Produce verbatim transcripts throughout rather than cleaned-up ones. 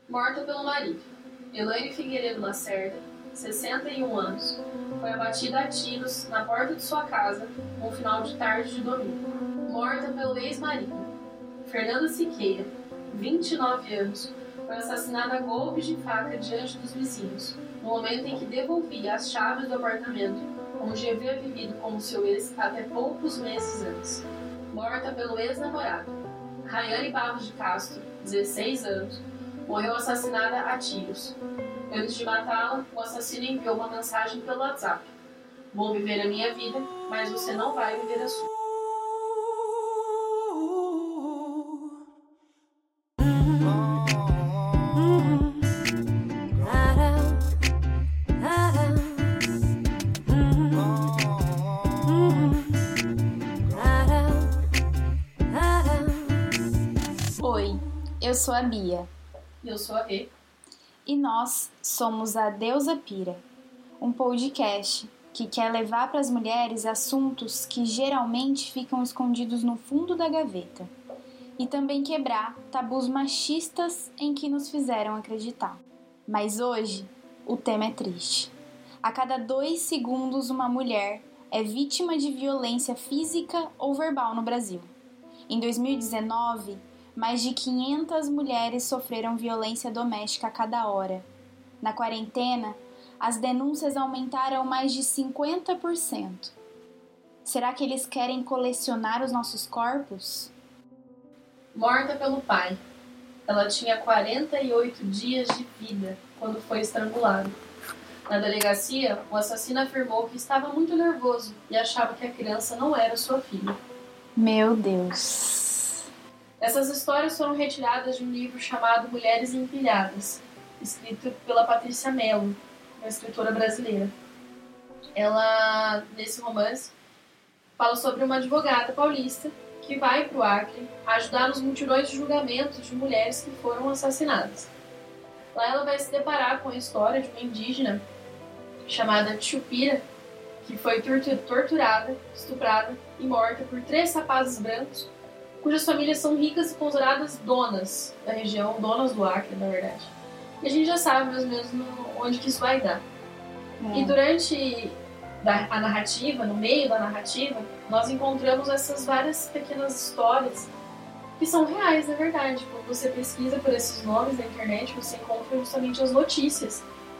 Morta pelo marido. Elaine Figueiredo Lacerda, sessenta e um anos, foi abatida a tiros na porta de sua casa no final de tarde de domingo. Morta pelo ex-marido. Fernanda Siqueira, vinte e nove anos, foi assassinada a golpes de faca diante dos vizinhos, no momento em que devolvia as chaves do apartamento onde havia vivido com seu ex até poucos meses antes. Morta pelo ex-namorado. Rayane Barros de Castro, dezesseis anos, morreu assassinada a tiros. Antes de matá-la, o assassino enviou uma mensagem pelo WhatsApp: "Vou viver a minha vida, mas você não vai viver a sua." Oi, eu sou a Bia. E eu sou a Rê. E nós somos a Deusa Pira, um podcast que quer levar para as mulheres assuntos que geralmente ficam escondidos no fundo da gaveta e também quebrar tabus machistas em que nos fizeram acreditar. Mas hoje o tema é triste. A cada dois segundos uma mulher é vítima de violência física ou verbal no Brasil. Em dois mil e dezenove, mais de quinhentas mulheres sofreram violência doméstica a cada hora. Na quarentena, as denúncias aumentaram mais de cinquenta por cento. Será que eles querem colecionar os nossos corpos? Morta pelo pai. Ela tinha quarenta e oito dias de vida quando foi estrangulada. Na delegacia, o assassino afirmou que estava muito nervoso e achava que a criança não era sua filha. Meu Deus! Essas histórias foram retiradas de um livro chamado Mulheres Empilhadas, escrito pela Patrícia Mello, uma escritora brasileira. Ela, nesse romance, fala sobre uma advogada paulista que vai para o Acre ajudar nos mutirões de julgamentos de mulheres que foram assassinadas. Lá ela vai se deparar com a história de uma indígena chamada Tchupira, que foi torturada, estuprada e morta por três rapazes brancos cujas famílias são ricas e consideradas donas da região, donas do Acre, na verdade. E a gente já sabe mais ou menos no, onde que isso vai dar. É. E durante a narrativa, no meio da narrativa, nós encontramos essas várias pequenas histórias que são reais, na verdade. Quando você pesquisa por esses nomes na internet, você encontra justamente as notícias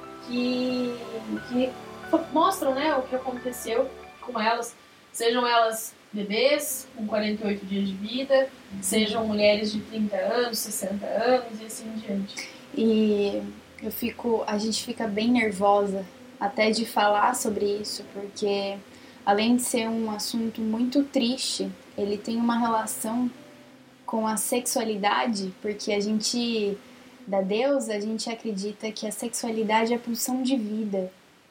que, que mostram, né, o que aconteceu com elas, sejam elas bebês com quarenta e oito dias de vida, sejam mulheres de trinta anos, sessenta anos e assim em diante. E eu fico, a gente fica bem nervosa até de falar sobre isso, porque além de ser um assunto muito triste, ele tem uma relação com a sexualidade, porque a gente, da deusa, a gente acredita que a sexualidade é a pulsão de vida.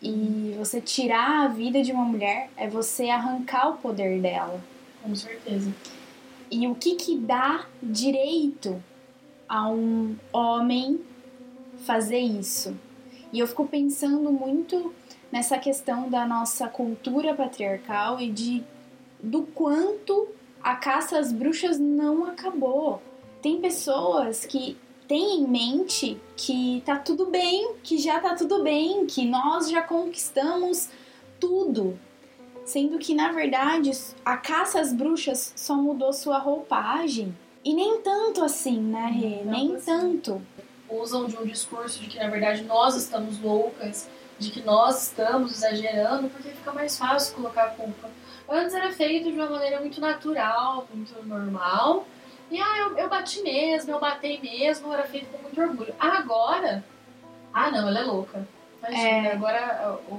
E você tirar a vida de uma mulher é você arrancar o poder dela. Com certeza. E o que que dá direito a um homem fazer isso? E eu fico pensando muito nessa questão da nossa cultura patriarcal e de, do quanto a caça às bruxas não acabou. Tem pessoas que tem em mente que tá tudo bem, que já tá tudo bem, que nós já conquistamos tudo. Sendo que, na verdade, a caça às bruxas só mudou sua roupagem. E nem tanto assim, né, Rê? Não, nem assim. tanto. Usam de um discurso de que, na verdade, nós estamos loucas, de que nós estamos exagerando, porque fica mais fácil colocar a culpa. Antes era feito de uma maneira muito natural, muito normal. E ah, eu, eu bati mesmo, eu batei mesmo, era feito com muito orgulho. Agora, ah não, ela é louca. Imagina, é. agora o,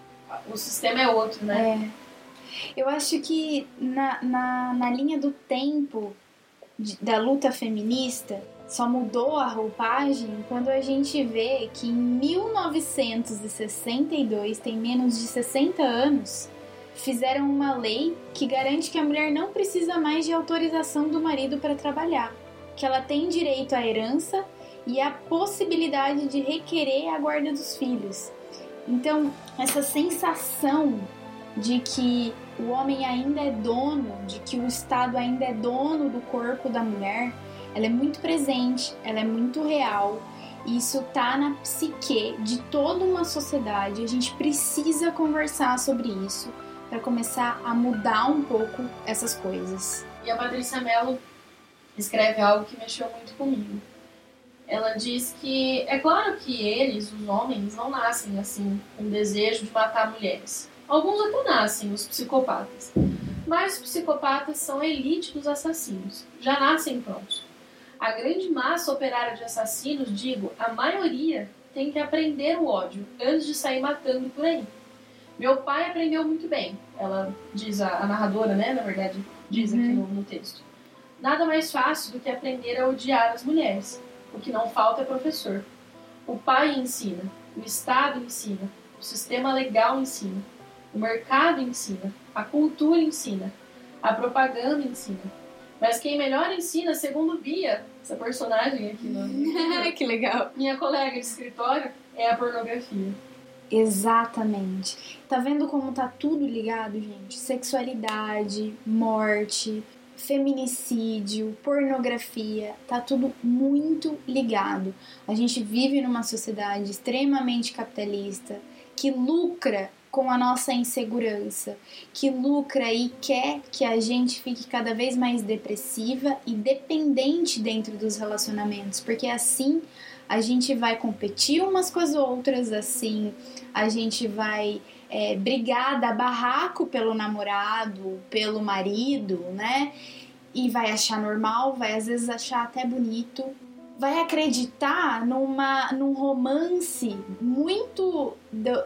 o sistema é outro, né? É. Eu acho que na, na, na linha do tempo de, da luta feminista, só mudou a roupagem quando a gente vê que em mil novecentos e sessenta e dois, tem menos de sessenta anos, fizeram uma lei que garante que a mulher não precisa mais de autorização do marido para trabalhar, que ela tem direito à herança e a possibilidade de requerer a guarda dos filhos. Então, essa sensação de que o homem ainda é dono, de que o Estado ainda é dono do corpo da mulher, ela é muito presente, ela é muito real Isso tá na psique de toda uma sociedade. A gente precisa conversar sobre isso para começar a mudar um pouco essas coisas. E a Patrícia Mello escreve algo que mexeu muito comigo. Ela diz que é claro que eles, os homens, não nascem assim com desejo de matar mulheres. Alguns até nascem, os psicopatas. Mas os psicopatas são a elite dos assassinos. Já nascem prontos. A grande massa operária de assassinos, digo, a maioria tem que aprender o ódio antes de sair matando por aí. Meu pai aprendeu muito bem. Ela diz, a, a narradora, né, na verdade, diz aqui uhum. no, no texto. Nada mais fácil do que aprender a odiar as mulheres. O que não falta é professor. O pai ensina, o Estado ensina, o sistema legal ensina, o mercado ensina, a cultura ensina, a propaganda ensina. Mas quem melhor ensina, segundo Bia, essa personagem aqui no... Que legal. minha colega de escritório, é a pornografia. Exatamente. Tá vendo como tá tudo ligado, gente? Sexualidade, morte, feminicídio, pornografia, tá tudo muito ligado. A gente vive numa sociedade extremamente capitalista que lucra com a nossa insegurança, que lucra e quer que a gente fique cada vez mais depressiva e dependente dentro dos relacionamentos, porque assim a gente vai competir umas com as outras, assim a gente vai é, brigar, dar barraco pelo namorado, pelo marido, né? E vai achar normal, vai às vezes achar até bonito, vai acreditar numa, num romance muito do,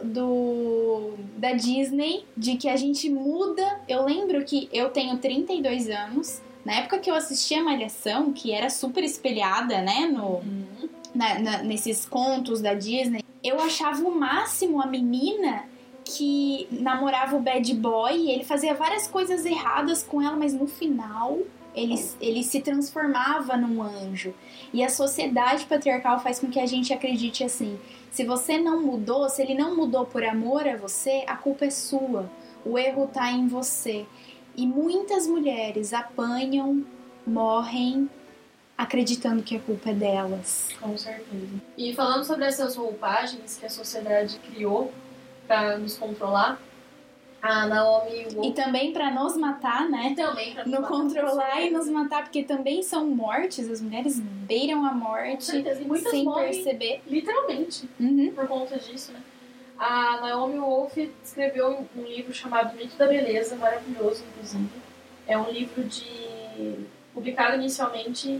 do, da Disney, de que a gente muda. Eu lembro que eu tenho trinta e dois anos, na época que eu assistia Malhação, que era super espelhada, né, no, uhum. na, na, nesses contos da Disney, eu achava o máximo a menina que namorava o bad boy e ele fazia várias coisas erradas com ela, mas no final ele, ele se transformava num anjo. E a sociedade patriarcal faz com que a gente acredite assim: se você não mudou, se ele não mudou por amor a você, a culpa é sua, o erro tá em você. E muitas mulheres apanham, morrem acreditando que a culpa é delas. Com certeza. E falando sobre essas roupagens que a sociedade criou para nos controlar, a Naomi Wolf... E também para nos matar, né? E também para nos no matar, controlar e nos matar, porque também são mortes, as mulheres beiram a morte sem perceber. Literalmente, uhum. por conta disso, né? A Naomi Wolf escreveu um livro chamado Mito da Beleza, maravilhoso, inclusive. É um livro de... publicado inicialmente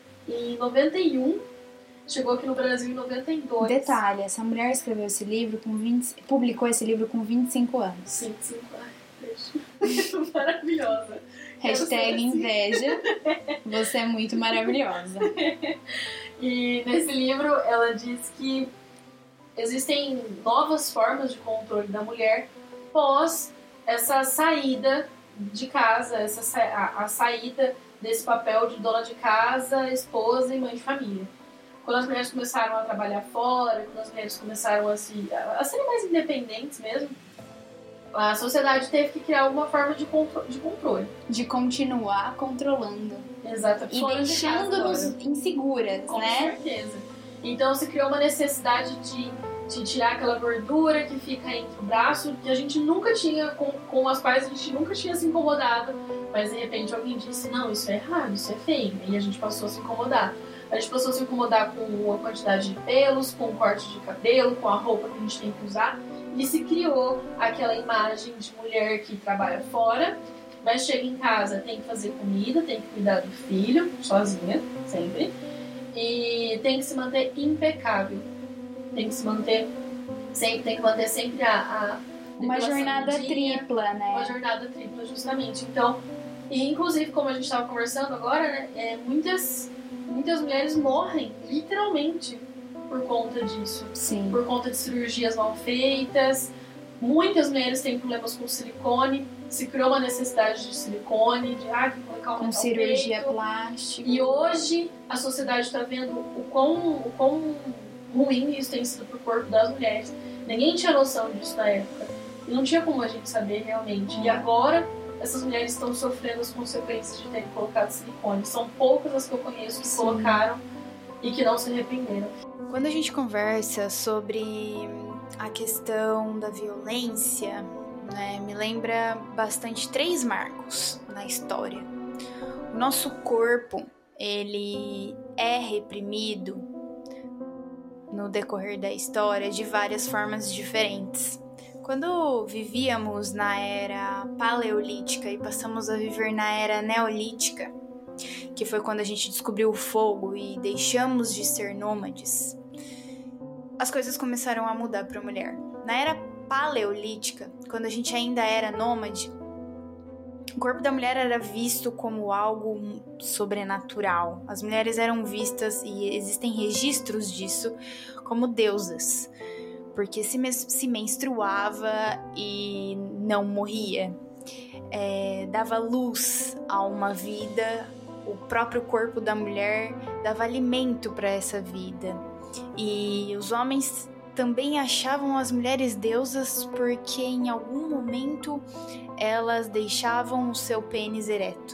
em noventa e um, chegou aqui no Brasil em noventa e dois. Detalhe, essa mulher escreveu esse livro com vinte, publicou esse livro com vinte e cinco anos. vinte e cinco, ai, maravilhosa. Hashtag inveja, você é muito maravilhosa. E nesse livro ela diz que existem novas formas de controle da mulher pós essa saída de casa, essa sa- a, a saída desse papel de dona de casa, esposa e mãe de família. Quando as mulheres começaram a trabalhar fora, quando as mulheres começaram a, se, a serem mais independentes mesmo, a sociedade teve que criar alguma forma de, contro- de controle. De continuar controlando. Exatamente. E deixando-nos inseguras, Com né? Com certeza. Então se criou uma necessidade de, de tirar aquela gordura que fica entre o braço, que a gente nunca tinha, com, com as quais a gente nunca tinha se incomodado, mas de repente alguém disse, não, isso é errado, isso é feio, e a gente passou a se incomodar. A gente passou a se incomodar com a quantidade de pelos, com o corte de cabelo, com a roupa que a gente tem que usar, e se criou aquela imagem de mulher que trabalha fora, mas chega em casa, tem que fazer comida, tem que cuidar do filho, sozinha, sempre, e tem que se manter impecável. Tem que se manter sempre, tem que manter sempre a, a uma jornada dia, tripla, né? Uma jornada tripla, justamente. Então, e inclusive, como a gente estava conversando agora, né, é, muitas, muitas mulheres morrem, literalmente, por conta disso. Sim. Por conta de cirurgias mal feitas. Muitas mulheres têm problemas com silicone. Se criou uma necessidade de silicone, de ah, colocar com cirurgia plástica. E hoje a sociedade está vendo o quão, o quão ruim isso tem sido pro corpo das mulheres. Ninguém tinha noção disso na época. E não tinha como a gente saber realmente. Hum. E agora essas mulheres estão sofrendo as consequências de terem colocado silicone. São poucas as que eu conheço que Sim. colocaram e que não se arrependeram. Quando a gente conversa sobre a questão da violência, né, me lembra bastante três marcos na história. O nosso corpo, ele é reprimido no decorrer da história de várias formas diferentes. Quando vivíamos na era paleolítica e passamos a viver na era neolítica, que foi quando a gente descobriu o fogo e deixamos de ser nômades, as coisas começaram a mudar para a mulher. Na era paleolítica, quando a gente ainda era nômade, o corpo da mulher era visto como algo sobrenatural. As mulheres eram vistas, e existem registros disso, como deusas, porque se, mes- se menstruava e não morria. É, dava luz a uma vida, o próprio corpo da mulher dava alimento para essa vida. E os homens também achavam as mulheres deusas porque em algum momento elas deixavam o seu pênis ereto.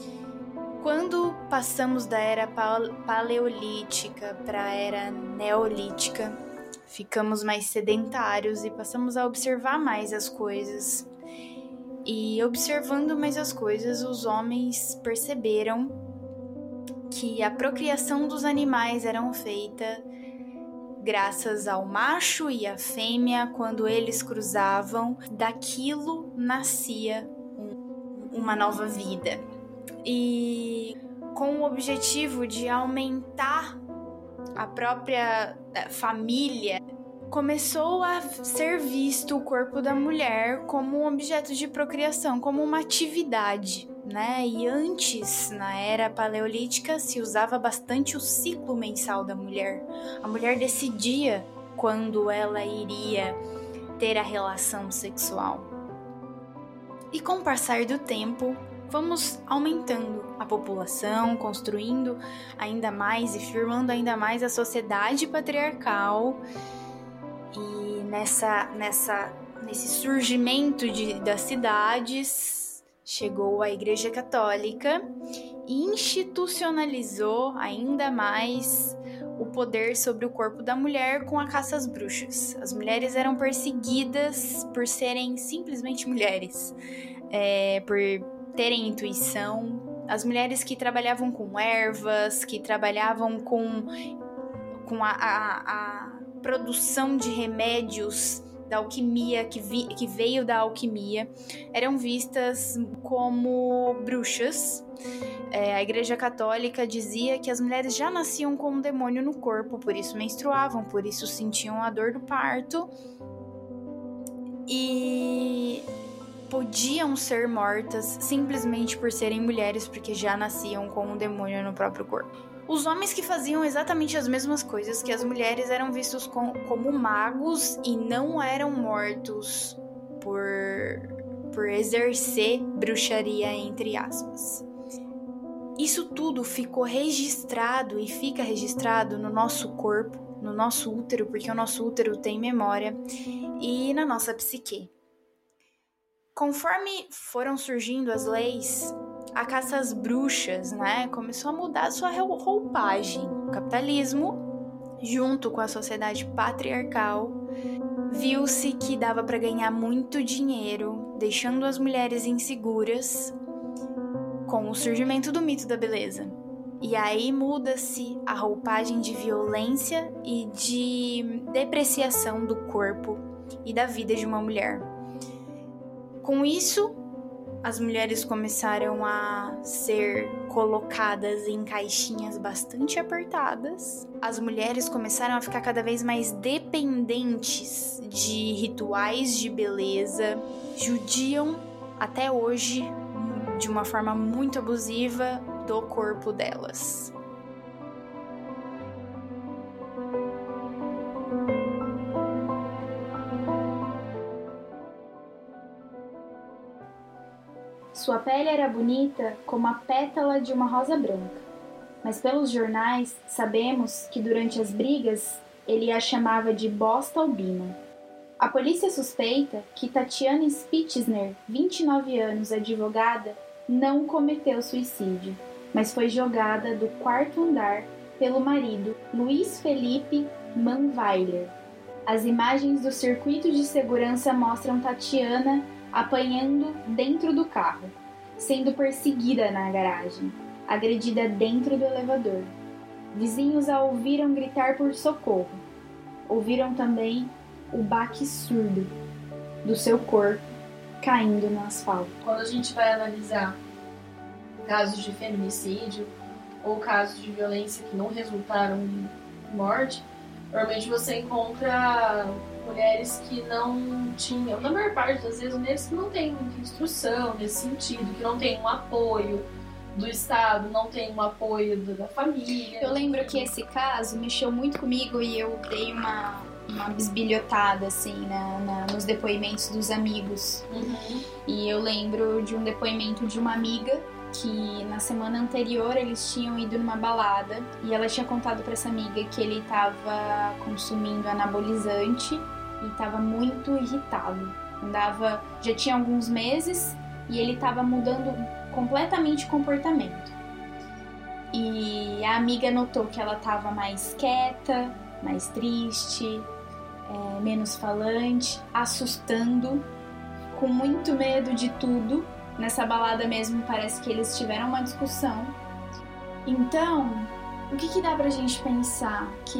Quando passamos da era paleolítica para a era neolítica, ficamos mais sedentários e passamos a observar mais as coisas. E observando mais as coisas, os homens perceberam que a procriação dos animais era feita graças ao macho e à fêmea. Quando eles cruzavam, daquilo nascia um, uma nova vida. E com o objetivo de aumentar a própria família, começou a ser visto o corpo da mulher como um objeto de procriação, como uma atividade, né? E antes, na era paleolítica, se usava bastante o ciclo mensal da mulher. A mulher decidia quando ela iria ter a relação sexual. E com o passar do tempo, vamos aumentando a população, construindo ainda mais e firmando ainda mais a sociedade patriarcal. E nessa, nessa, nesse surgimento de, das cidades, chegou a Igreja Católica e institucionalizou ainda mais o poder sobre o corpo da mulher com a caça às bruxas. As mulheres eram perseguidas por serem simplesmente mulheres, é, por terem intuição. As mulheres que trabalhavam com ervas, que trabalhavam com, com a, a, a produção de remédios da alquimia, que, vi, que veio da alquimia, eram vistas como bruxas. É, a Igreja Católica dizia que as mulheres já nasciam com um demônio no corpo, por isso menstruavam, por isso sentiam a dor do parto e podiam ser mortas simplesmente por serem mulheres, porque já nasciam com um demônio no próprio corpo. Os homens que faziam exatamente as mesmas coisas que as mulheres eram vistos com, como magos e não eram mortos por, por exercer bruxaria, entre aspas. Isso tudo ficou registrado e fica registrado no nosso corpo, no nosso útero, porque o nosso útero tem memória, e na nossa psique. Conforme foram surgindo as leis, a caça às bruxas, né, começou a mudar a sua roupagem. O capitalismo, junto com a sociedade patriarcal, viu-se que dava para ganhar muito dinheiro, deixando as mulheres inseguras com o surgimento do mito da beleza. E aí muda-se a roupagem de violência e de depreciação do corpo e da vida de uma mulher. Com isso, as mulheres começaram a ser colocadas em caixinhas bastante apertadas. As mulheres começaram a ficar cada vez mais dependentes de rituais de beleza. Judiam até hoje, de uma forma muito abusiva, do corpo delas. Sua pele era bonita como a pétala de uma rosa branca, mas pelos jornais sabemos que durante as brigas ele a chamava de bosta albina. A polícia suspeita que Tatiana Spitzner, vinte e nove anos, advogada, não cometeu suicídio, mas foi jogada do quarto andar pelo marido, Luiz Felipe Manweiler. As imagens do circuito de segurança mostram Tatiana apanhando dentro do carro, sendo perseguida na garagem, agredida dentro do elevador. Vizinhos a ouviram gritar por socorro. Ouviram também o baque surdo do seu corpo caindo no asfalto. Quando a gente vai analisar casos de feminicídio ou casos de violência que não resultaram em morte, normalmente você encontra mulheres que não tinham, na maior parte das vezes, mulheres que não têm muita instrução nesse sentido, que não têm um apoio do Estado, não tem um apoio da família. Eu lembro que esse caso mexeu muito comigo e eu dei uma, uma bisbilhotada, assim, na, na, nos depoimentos dos amigos. Uhum. E eu lembro de um depoimento de uma amiga que na semana anterior eles tinham ido numa balada e ela tinha contado pra essa amiga que ele estava consumindo anabolizante e estava muito irritado. Andava, já tinha alguns meses e ele estava mudando completamente o comportamento. E a amiga notou que ela estava mais quieta, mais triste, é, menos falante, assustando, com muito medo de tudo. Nessa balada mesmo parece que eles tiveram uma discussão. Então, o que, que dá pra gente pensar? Que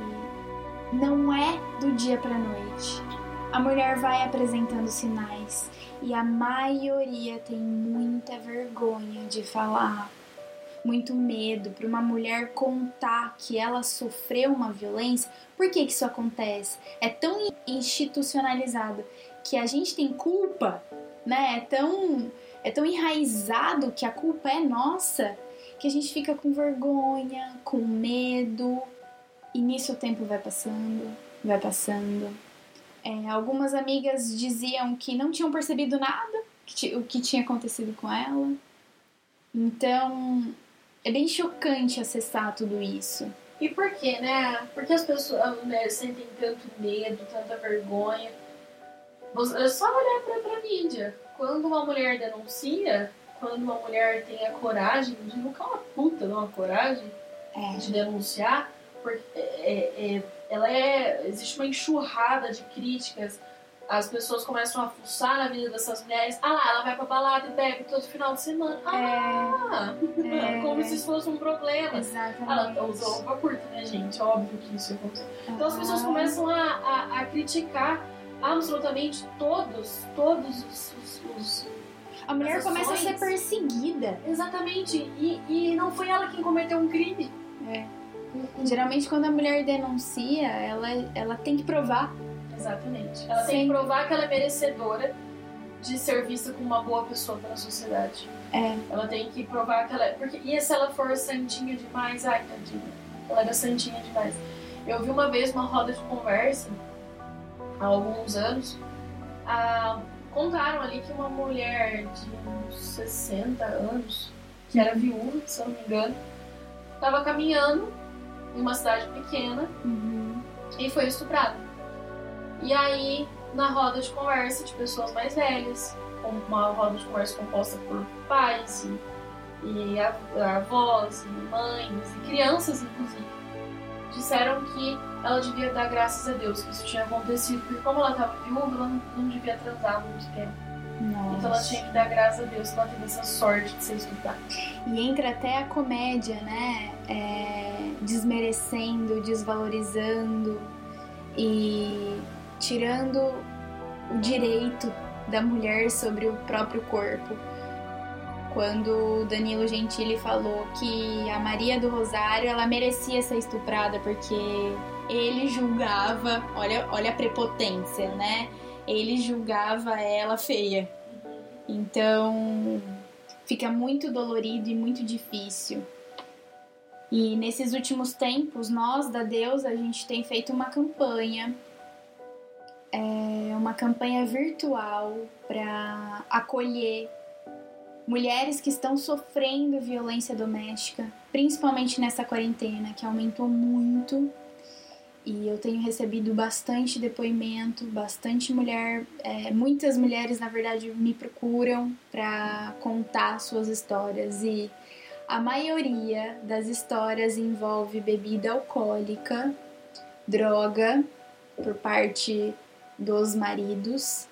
não é do dia pra noite. A mulher vai apresentando sinais e a maioria tem muita vergonha de falar, muito medo para uma mulher contar que ela sofreu uma violência. Por que que isso acontece? É tão institucionalizado que a gente tem culpa, né? É tão, é tão enraizado que a culpa é nossa, que a gente fica com vergonha, com medo, e nisso o tempo vai passando, vai passando. É, algumas amigas diziam que não tinham percebido nada, que o que tinha acontecido com ela. Então, é bem chocante acessar tudo isso. E por quê, né? Porque as pessoas, as mulheres sentem tanto medo, tanta vergonha. É só olhar pra, pra mídia. Quando uma mulher denuncia, quando uma mulher tem a coragem, de nunca uma puta, não, a coragem é. de denunciar, porque é, é, ela é, existe uma enxurrada de críticas. As pessoas começam a fuçar na vida dessas mulheres. Ah lá, ela vai pra balada e bebe todo final de semana. Ah, é, como é. se isso fosse um problema. Exatamente. Ela usa roupa curta, né, gente? Óbvio que isso acontece. Então as pessoas começam a, a, a criticar absolutamente todos, todos os... os, os a mulher começa a ser perseguida. Exatamente. E, e não foi ela quem cometeu um crime. É. Geralmente quando a mulher denuncia, ela, ela tem que provar. Exatamente. Ela Sim. tem que provar que ela é merecedora de ser vista como uma boa pessoa pela sociedade. É. Ela tem que provar que ela é... Porque, e se ela for santinha demais? Ai, tadinha. Ela era santinha demais. Eu vi uma vez uma roda de conversa, há alguns anos, ah, contaram ali que uma mulher de uns sessenta anos, que era viúva, se eu não me engano, estava caminhando em uma cidade pequena uhum. e foi estuprada. E aí, na roda de conversa de pessoas mais velhas, uma roda de conversa composta por pais e, e avós, e mães, e crianças, inclusive, disseram que ela devia dar graças a Deus que isso tinha acontecido, porque como ela estava viúva, ela não, não devia transar há muito tempo. Nossa. Então ela tinha que dar graças a Deus que ela teve essa sorte de ser estuprada. E entra até a comédia, né? É, desmerecendo, desvalorizando e tirando o direito da mulher sobre o próprio corpo. Quando o Danilo Gentili falou que a Maria do Rosário, ela merecia ser estuprada porque ele julgava, olha, olha a prepotência, né? Ele julgava ela feia. Então, fica muito dolorido e muito difícil. E nesses últimos tempos, nós da Deus, a gente tem feito uma campanha, é, uma campanha virtual para acolher mulheres que estão sofrendo violência doméstica, principalmente nessa quarentena, que aumentou muito. E eu tenho recebido bastante depoimento, bastante mulher, é, muitas mulheres, na verdade, me procuram para contar suas histórias. E A maioria das histórias envolve bebida alcoólica, droga por parte dos maridos,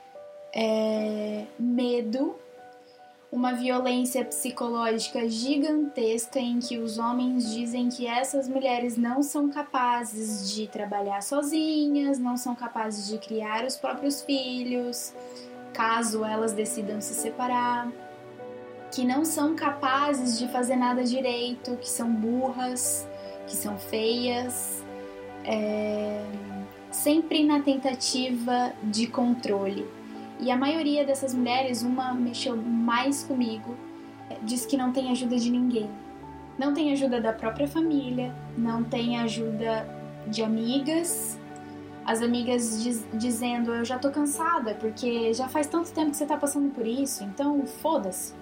é, medo, uma violência psicológica gigantesca em que os homens dizem que essas mulheres não são capazes de trabalhar sozinhas, não são capazes de criar os próprios filhos, caso elas decidam se separar, que não são capazes de fazer nada direito, que são burras, que são feias, é, sempre na tentativa de controle. E a maioria dessas mulheres, uma mexeu mais comigo, diz que não tem ajuda de ninguém. Não tem ajuda da própria família, não tem ajuda de amigas. As amigas diz, dizendo, eu já tô cansada, porque já faz tanto tempo que você tá passando por isso, então foda-se.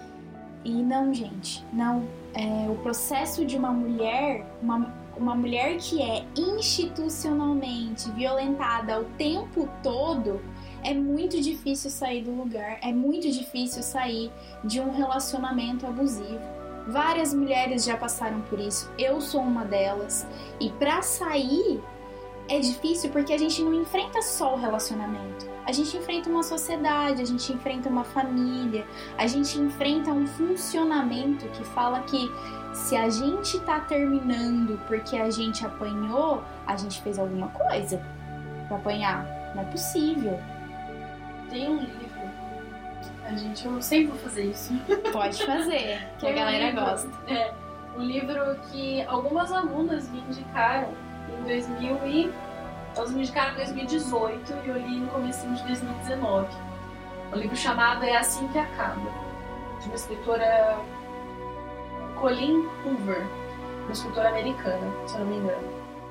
E não, gente, não. É, o processo de uma mulher, uma, uma mulher que é institucionalmente violentada o tempo todo, é muito difícil sair do lugar, é muito difícil sair de um relacionamento abusivo. Várias mulheres já passaram por isso, eu sou uma delas. E pra sair é difícil porque a gente não enfrenta só o relacionamento. A gente enfrenta uma sociedade, a gente enfrenta uma família, a gente enfrenta um funcionamento que fala que se a gente tá terminando porque a gente apanhou, a gente fez alguma coisa pra apanhar. Não é possível. Tem um livro, a gente, eu sempre vou fazer isso. Pode fazer, que a Tem galera um livro, gosta. É, um livro que algumas alunas me indicaram em dois mil e... Elas me indicaram em dois mil e dezoito e eu li no comecinho de dois mil e dezenove. Um livro chamado É Assim Que Acaba, de uma escritora Colleen Hoover, uma escritora americana, se eu não me engano.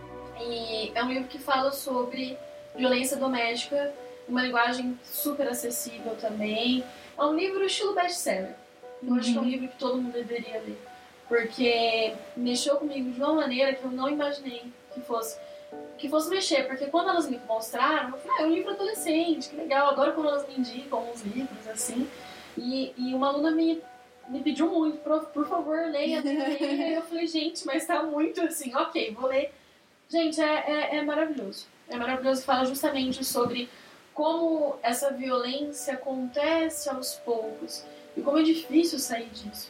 E é um livro que fala sobre violência doméstica, uma linguagem super acessível também. É um livro estilo best-seller. Eu uhum. acho que é um livro que todo mundo deveria ler, porque mexeu comigo de uma maneira que eu não imaginei que fosse. que fosse mexer, porque quando elas me mostraram, eu falei, ah, é um livro adolescente, que legal, adoro quando elas me indicam uns livros, assim, e, e uma aluna me, me pediu muito, por, por favor, leia, leia, leia, e eu falei, gente, mas tá muito assim, ok, vou ler. Gente, é, é, é maravilhoso, é maravilhoso, fala justamente sobre como essa violência acontece aos poucos, e como é difícil sair disso.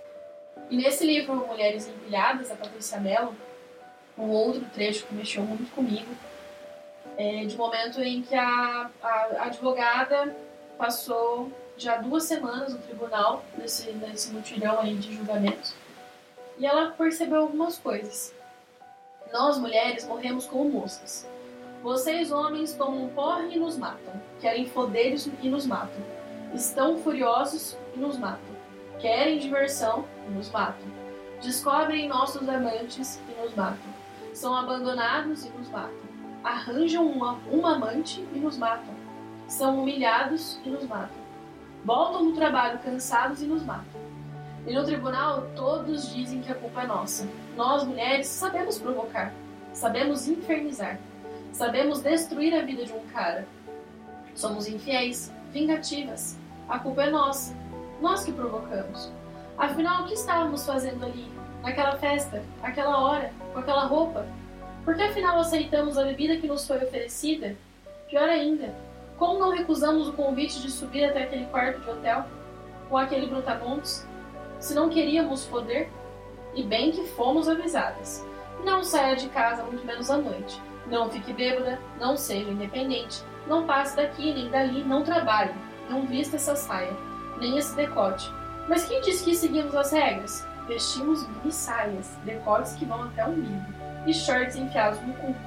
E nesse livro, Mulheres Empilhadas, da Patrícia Mello, um outro trecho que mexeu muito comigo, é de um momento em que a, a advogada passou já duas semanas no tribunal, nesse, nesse mutirão aí de julgamentos, e ela percebeu algumas coisas. Nós, mulheres, morremos como moscas. Vocês, homens, tomam porre e nos matam. Querem foder e nos matam. Estão furiosos e nos matam. Querem diversão e nos matam. Descobrem nossos amantes e nos matam. São abandonados e nos matam. Arranjam uma, uma amante e nos matam. São humilhados e nos matam. Voltam do trabalho cansados e nos matam. E no tribunal todos dizem que a culpa é nossa. Nós, mulheres, sabemos provocar. Sabemos infernizar. Sabemos destruir a vida de um cara. Somos infiéis, vingativas. A culpa é nossa. Nós que provocamos. Afinal, o que estávamos fazendo ali? Naquela festa, aquela hora, com aquela roupa? Por que afinal aceitamos a bebida que nos foi oferecida? Pior ainda, como não recusamos o convite de subir até aquele quarto de hotel? Com aquele brutamontes? Se não queríamos poder? E bem que fomos avisadas. Não saia de casa, muito menos à noite. Não fique bêbada, não seja independente. Não passe daqui nem dali, não trabalhe. Não vista essa saia, nem esse decote. Mas quem disse que seguimos as regras? Vestimos mini saias, decotes que vão até o umbigo, e shorts enfiados no cu.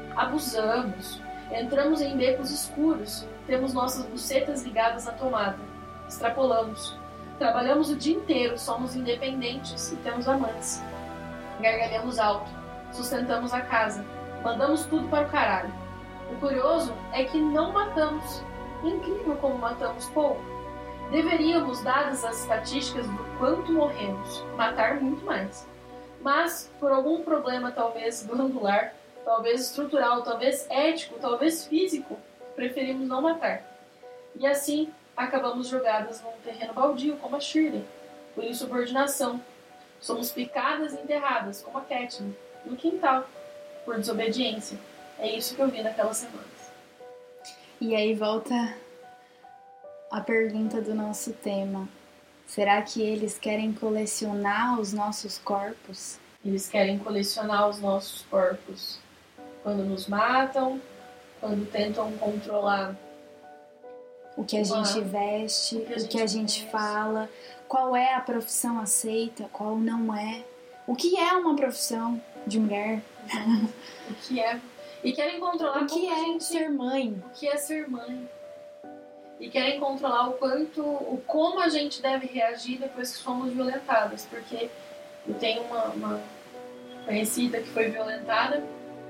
Abusamos. Entramos em becos escuros, temos nossas bucetas ligadas à tomada. Extrapolamos. Trabalhamos o dia inteiro, somos independentes e temos amantes. Gargalhamos alto, sustentamos a casa, mandamos tudo para o caralho. O curioso é que não matamos. Incrível como matamos pouco. Deveríamos, dadas as estatísticas do quanto morremos, matar muito mais. Mas, por algum problema talvez glandular, talvez estrutural, talvez ético, talvez físico, preferimos não matar. E assim, acabamos jogadas num terreno baldio, como a Shirley, por insubordinação, Somos picadas e enterradas, como a Katniss, no quintal, por desobediência. É isso que eu vi naquelas semanas. E aí volta a pergunta do nosso tema. Será que eles querem colecionar os nossos corpos? Eles querem colecionar os nossos corpos quando nos matam, quando tentam controlar o que a uma, gente veste, o que a gente, o que a gente fala, qual é a profissão aceita, qual não é. O que é uma profissão de mulher? O que é? E querem controlar o que é gente, ser mãe. O que é ser mãe? E querem controlar o quanto, o como a gente deve reagir depois que somos violentadas, porque eu tenho uma, uma conhecida que foi violentada,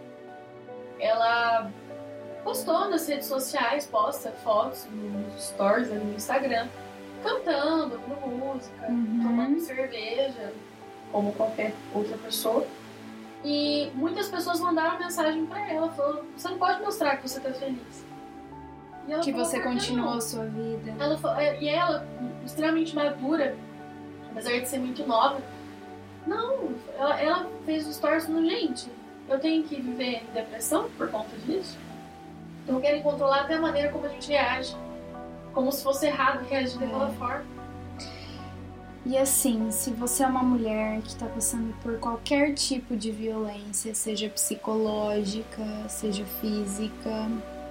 ela postou nas redes sociais, posta fotos nos stories no Instagram, cantando, com música, uhum. tomando cerveja, como qualquer outra pessoa. E muitas pessoas mandaram mensagem pra ela, falando, você não pode mostrar que você tá feliz. E ela que falou, você continuou a sua vida. Ela falou, e ela, extremamente madura, apesar de ser muito nova, não, ela, ela fez os stories falando, gente, eu tenho que viver em depressão por conta disso? Então querem controlar até a maneira como a gente reage, como se fosse errado reagir é. daquela forma. E assim, se você é uma mulher que está passando por qualquer tipo de violência, seja psicológica, seja física,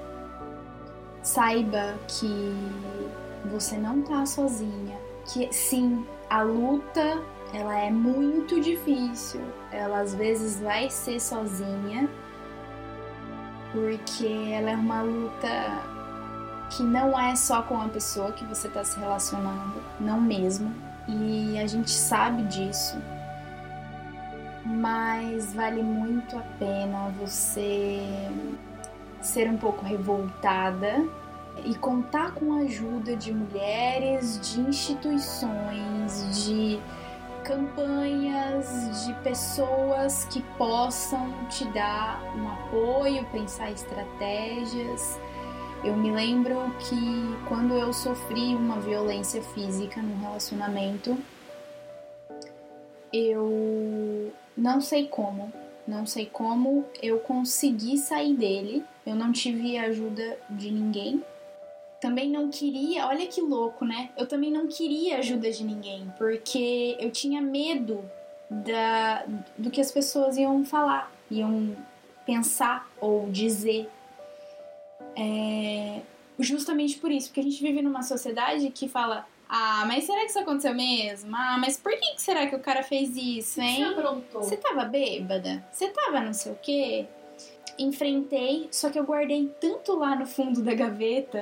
saiba que você não tá sozinha, que sim, a luta ela é muito difícil, ela às vezes vai ser sozinha, porque ela é uma luta que não é só com a pessoa que você está se relacionando, não mesmo, e a gente sabe disso, mas vale muito a pena você ser um pouco revoltada e contar com a ajuda de mulheres, de instituições, de campanhas, de pessoas que possam te dar um apoio, pensar estratégias. Eu me lembro que quando eu sofri uma violência física num relacionamento, eu não sei como, não sei como eu consegui sair dele. Eu não tive ajuda de ninguém. Também não queria, olha que louco, né? Eu também não queria ajuda de ninguém, porque eu tinha medo da, do que as pessoas iam falar, iam pensar ou dizer. É, justamente por isso, porque a gente vive numa sociedade que fala, ah, mas será que isso aconteceu mesmo? Ah, mas por que será que o cara fez isso, hein? Você aprontou? Você tava bêbada? Você tava não sei o quê? Enfrentei, só que eu guardei tanto lá no fundo da gaveta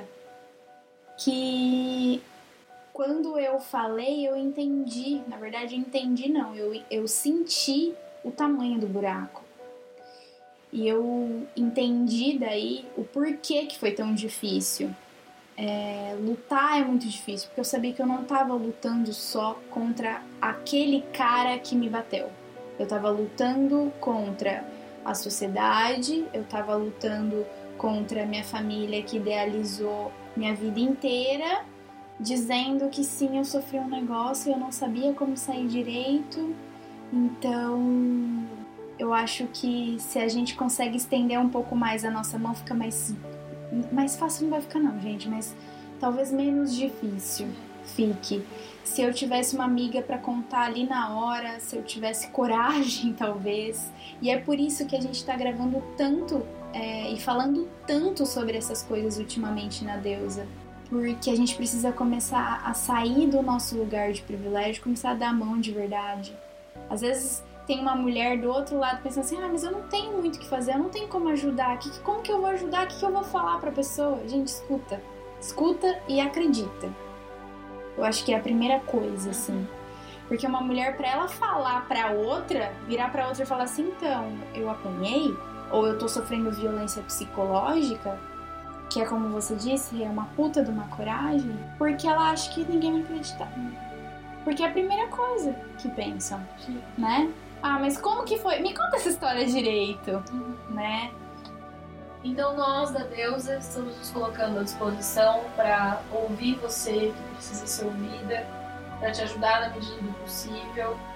que quando eu falei, eu entendi. Na verdade, eu entendi não, eu, eu senti o tamanho do buraco. E eu entendi daí o porquê que foi tão difícil. É, lutar é muito difícil, porque eu sabia que eu não estava lutando só contra aquele cara que me bateu. Eu estava lutando contra a sociedade, eu estava lutando contra a minha família que idealizou minha vida inteira, dizendo que sim, eu sofri um negócio e eu não sabia como sair direito. Então, eu acho que se a gente consegue estender um pouco mais a nossa mão, fica mais, mais fácil, não vai ficar não, gente, mas talvez menos difícil fique. Se eu tivesse uma amiga para contar ali na hora, se eu tivesse coragem, talvez. E é por isso que a gente tá gravando tanto é, e falando tanto sobre essas coisas ultimamente na Deusa. Porque a gente precisa começar a sair do nosso lugar de privilégio, começar a dar a mão de verdade. Às vezes tem uma mulher do outro lado pensando assim, ah, mas eu não tenho muito o que fazer, eu não tenho como ajudar, que, como que eu vou ajudar, o que, que eu vou falar pra pessoa? Gente, escuta, escuta e acredita. Eu acho que é a primeira coisa, assim. Porque uma mulher, pra ela falar pra outra, virar pra outra e falar assim, então, eu apanhei, ou eu tô sofrendo violência psicológica, que é como você disse, é uma puta de uma coragem, porque ela acha que ninguém vai acreditar. Porque é a primeira coisa que pensam, Sim. né? Ah, mas como que foi? Me conta essa história direito, uhum. né? Então nós da Deusa estamos nos colocando à disposição para ouvir você que precisa ser ouvida, para te ajudar na medida do possível.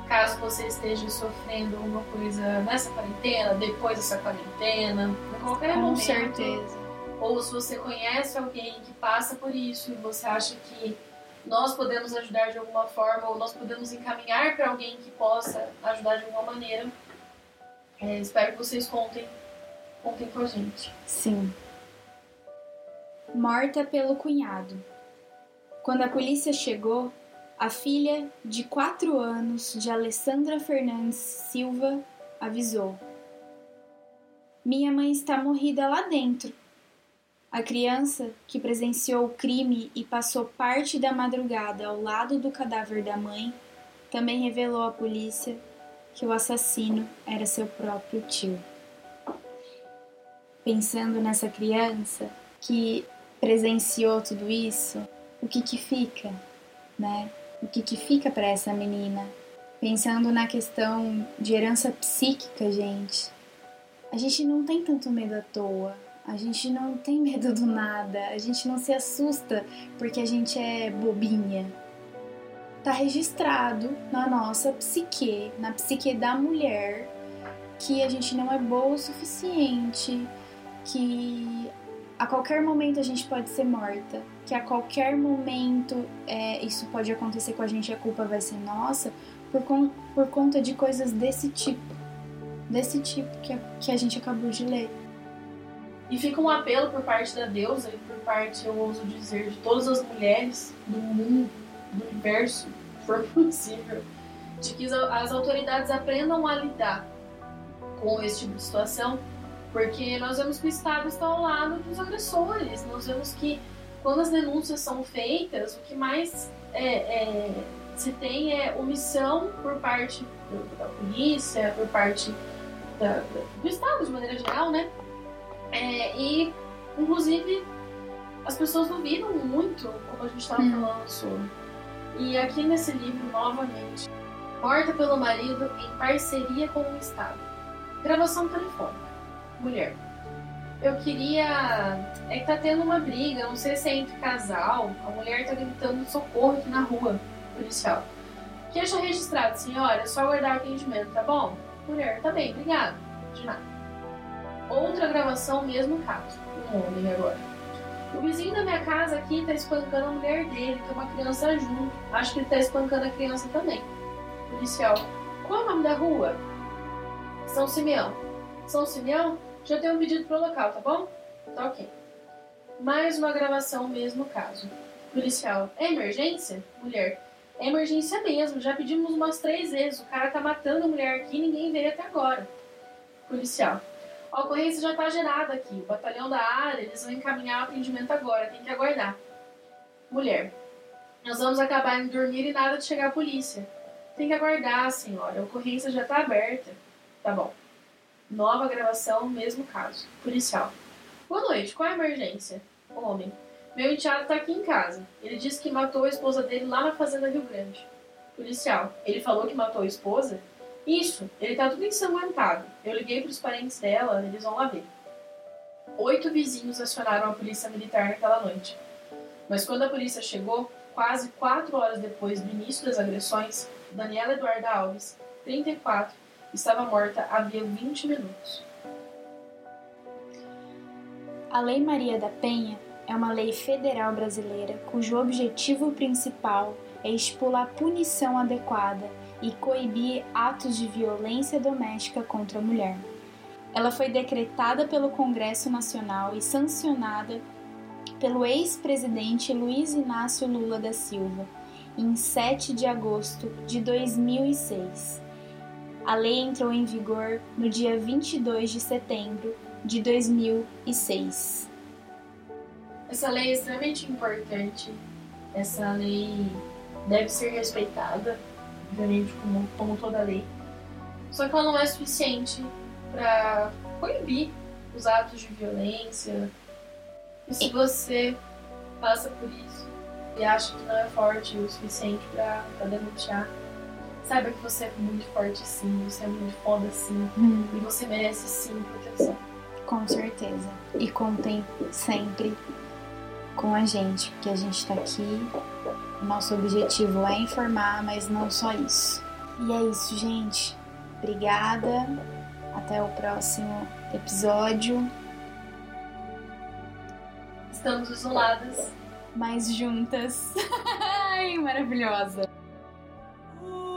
caso você esteja sofrendo alguma coisa nessa quarentena, depois dessa quarentena, em qualquer Com momento. certeza. Ou se você conhece alguém que passa por isso e você acha que nós podemos ajudar de alguma forma, ou nós podemos encaminhar para alguém que possa ajudar de alguma maneira, é, espero que vocês contem, contem com a gente. Sim. Morta pelo cunhado. Quando a polícia chegou, a filha de quatro anos de Alessandra Fernandes Silva avisou: minha mãe está morrida lá dentro. A criança, que presenciou o crime e passou parte da madrugada ao lado do cadáver da mãe, também revelou à polícia que o assassino era seu próprio tio. Pensando nessa criança que presenciou tudo isso, o que que fica, né? O que que fica para essa menina? Pensando na questão de herança psíquica, gente, a gente não tem tanto medo à toa. A gente não tem medo do nada, a gente não se assusta porque a gente é bobinha. Tá registrado na nossa psique, na psique da mulher, que a gente não é boa o suficiente, que a qualquer momento a gente pode ser morta, que a qualquer momento é, isso pode acontecer com a gente e a culpa vai ser nossa, por, con- por conta de coisas desse tipo, desse tipo que a, que a gente acabou de ler. E fica um apelo por parte da deusa e por parte, eu ouso dizer, de todas as mulheres do mundo, do universo, se for possível, de que as autoridades aprendam a lidar com esse tipo de situação, porque nós vemos que o Estado está ao lado dos agressores, nós vemos que quando as denúncias são feitas, o que mais é, é, se tem é omissão por parte do, da polícia, por parte da, do Estado de maneira geral, né? É, e, inclusive, as pessoas duvidam muito, como a gente estava hum. falando sobre. E aqui nesse livro, novamente, morta pelo marido em parceria com o Estado. Gravação telefônica. Mulher. Eu queria... É que tá tendo uma briga, não sei se é entre casal, a mulher tá gritando socorro aqui na rua, policial. Queixa registrado, senhora, é só aguardar o atendimento, tá bom? Mulher, tá bem, obrigada. De nada. Outra gravação, mesmo caso. Um homem agora. O vizinho da minha casa aqui tá espancando a mulher dele, tem uma criança junto. Acho que ele tá espancando a criança também. Policial. Qual é o nome da rua? São Simeão. São Simeão? Já tem um pedido pro local, tá bom? Tá ok. Mais uma gravação, mesmo caso. Policial. É emergência? Mulher. É emergência mesmo. Já pedimos umas três vezes. O cara tá matando a mulher aqui e ninguém veio até agora. Policial. A ocorrência já está gerada aqui. O batalhão da área, eles vão encaminhar o atendimento agora. Tem que aguardar. Mulher. Nós vamos acabar em dormir e nada de chegar a polícia. Tem que aguardar, senhora. A ocorrência já está aberta. Tá bom. Nova gravação, mesmo caso. Policial. Boa noite. Qual é a emergência? Homem. Meu enteado está aqui em casa. Ele disse que matou a esposa dele lá na fazenda Rio Grande. Policial. Ele falou que matou a esposa? Isso, ele tá tudo ensanguentado. Eu liguei pros parentes dela, eles vão lá ver. Oito vizinhos acionaram a polícia militar naquela noite. Mas quando a polícia chegou, quase quatro horas depois do início das agressões, Daniela Eduarda Alves, trinta e quatro, estava morta havia vinte minutos. A Lei Maria da Penha é uma lei federal brasileira cujo objetivo principal é estipular a punição adequada e coibir atos de violência doméstica contra a mulher. Ela foi decretada pelo Congresso Nacional e sancionada pelo ex-presidente Luiz Inácio Lula da Silva em sete de agosto de dois mil e seis. A lei entrou em vigor no dia vinte e dois de setembro de dois mil e seis. Essa lei é extremamente importante. Essa lei deve ser respeitada, obviamente, como, como toda lei. Só que ela não é suficiente para coibir os atos de violência. E se você passa por isso e acha que não é forte o suficiente para denunciar, saiba que você é muito forte sim, você é muito foda sim, hum. e você merece sim proteção. Com certeza. E contem sempre com a gente, porque a gente tá aqui. O nosso objetivo é informar, mas não só isso. E é isso, gente. Obrigada. Até o próximo episódio. Estamos isoladas, mas juntas. Ai, maravilhosa. Ooh.